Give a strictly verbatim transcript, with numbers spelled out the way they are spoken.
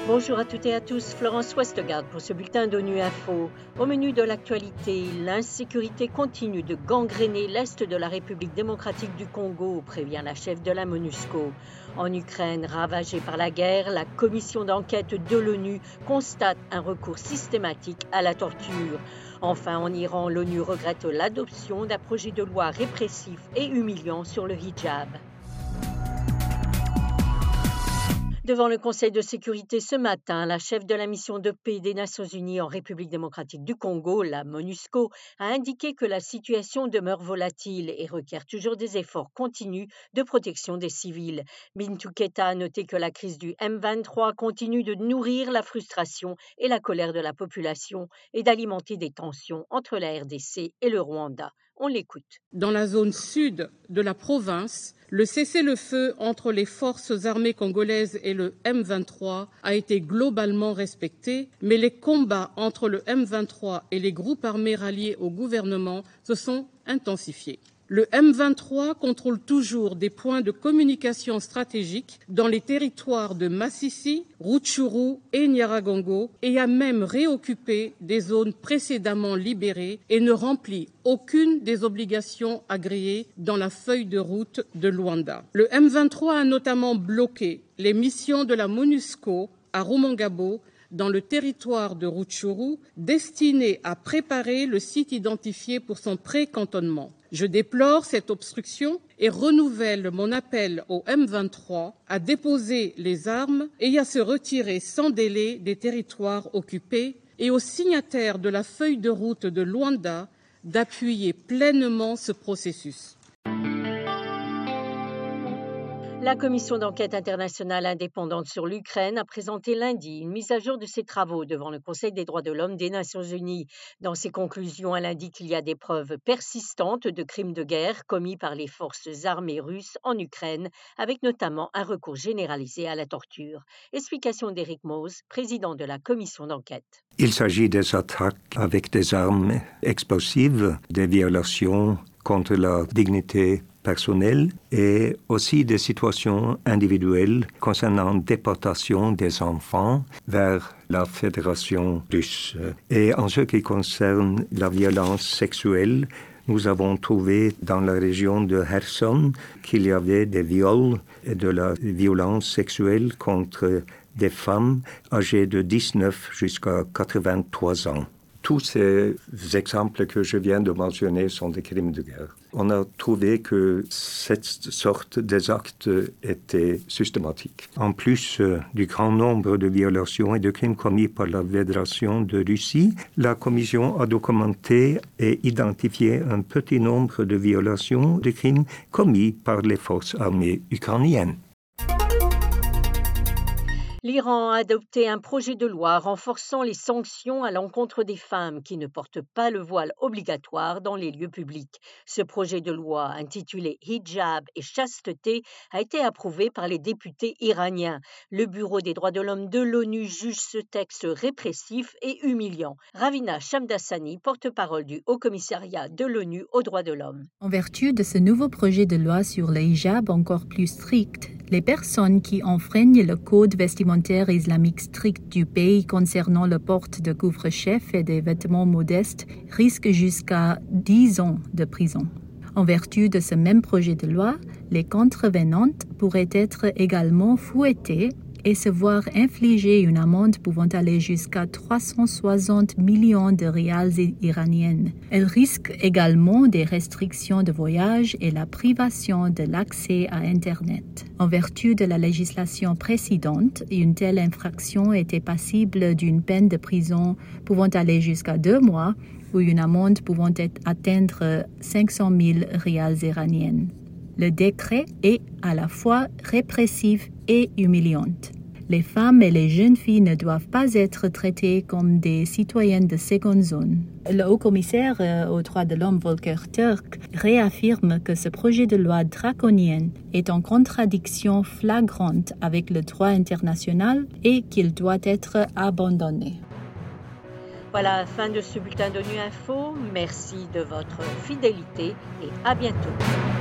Bonjour à toutes et à tous, Florence Westgard pour ce bulletin d'ONU Info. Au menu de l'actualité, l'insécurité continue de gangréner l'Est de la République démocratique du Congo, prévient la chef de la MONUSCO. En Ukraine, ravagée par la guerre, la commission d'enquête de l'ONU constate un recours systématique à la torture. Enfin, en Iran, l'ONU regrette l'adoption d'un projet de loi répressif et humiliant sur le hijab. Devant le Conseil de sécurité ce matin, la chef de la mission de paix des Nations Unies en République démocratique du Congo, la MONUSCO, a indiqué que la situation demeure volatile et requiert toujours des efforts continus de protection des civils. Bintou Keita a noté que la crise du M vingt-trois continue de nourrir la frustration et la colère de la population et d'alimenter des tensions entre la R D C et le Rwanda. On l'écoute. Dans la zone sud de la province, le cessez-le-feu entre les forces armées congolaises et le M vingt-trois a été globalement respecté, mais les combats entre le M vingt-trois et les groupes armés ralliés au gouvernement se sont intensifiés. Le M vingt-trois contrôle toujours des points de communication stratégiques dans les territoires de Masisi, Rutshuru et Nyiragongo et a même réoccupé des zones précédemment libérées et ne remplit aucune des obligations agréées dans la feuille de route de Luanda. Le M vingt-trois a notamment bloqué les missions de la MONUSCO à Rumangabo dans le territoire de Rutshuru, destiné à préparer le site identifié pour son pré-cantonnement. Je déplore cette obstruction et renouvelle mon appel au M vingt-trois à déposer les armes et à se retirer sans délai des territoires occupés et aux signataires de la feuille de route de Luanda d'appuyer pleinement ce processus. La commission d'enquête internationale indépendante sur l'Ukraine a présenté lundi une mise à jour de ses travaux devant le Conseil des droits de l'homme des Nations Unies. Dans ses conclusions, elle indique qu'il y a des preuves persistantes de crimes de guerre commis par les forces armées russes en Ukraine, avec notamment un recours généralisé à la torture. Explication d'Eric Mose, président de la commission d'enquête. Il s'agit des attaques avec des armes explosives, des violations contre la dignité personnelle et aussi des situations individuelles concernant déportation des enfants vers la Fédération russe. Et en ce qui concerne la violence sexuelle, nous avons trouvé dans la région de Kherson qu'il y avait des viols et de la violence sexuelle contre des femmes âgées de dix-neuf jusqu'à quatre-vingt-trois ans. Tous ces exemples que je viens de mentionner sont des crimes de guerre. On a trouvé que cette sorte d'actes était systématique. En plus euh, du grand nombre de violations et de crimes commis par la Fédération de Russie, la Commission a documenté et identifié un petit nombre de violations de crimes commis par les forces armées ukrainiennes. L'Iran a adopté un projet de loi renforçant les sanctions à l'encontre des femmes qui ne portent pas le voile obligatoire dans les lieux publics. Ce projet de loi, intitulé Hijab et chasteté, a été approuvé par les députés iraniens. Le Bureau des droits de l'homme de l'ONU juge ce texte répressif et humiliant. Ravina Shamdasani, porte-parole du Haut-Commissariat de l'ONU aux droits de l'homme. En vertu de ce nouveau projet de loi sur le hijab encore plus strict, les personnes qui enfreignent le code vestimentaire islamique strict du pays concernant le port de couvre-chef et des vêtements modestes risquent jusqu'à dix ans de prison. En vertu de ce même projet de loi, les contrevenantes pourraient être également fouettées et se voir infliger une amende pouvant aller jusqu'à trois cent soixante millions de rials iraniennes. Elles risquent également des restrictions de voyage et la privation de l'accès à Internet. En vertu de la législation précédente, une telle infraction était passible d'une peine de prison pouvant aller jusqu'à deux mois ou une amende pouvant atteindre cinq cent mille rials iraniennes. Le décret est à la fois répressif et humiliant. Les femmes et les jeunes filles ne doivent pas être traitées comme des citoyennes de seconde zone. Le haut-commissaire aux droits de l'homme Volker Turk réaffirme que ce projet de loi draconien est en contradiction flagrante avec le droit international et qu'il doit être abandonné. Voilà la fin de ce bulletin d'ONU Info. Merci de votre fidélité et à bientôt.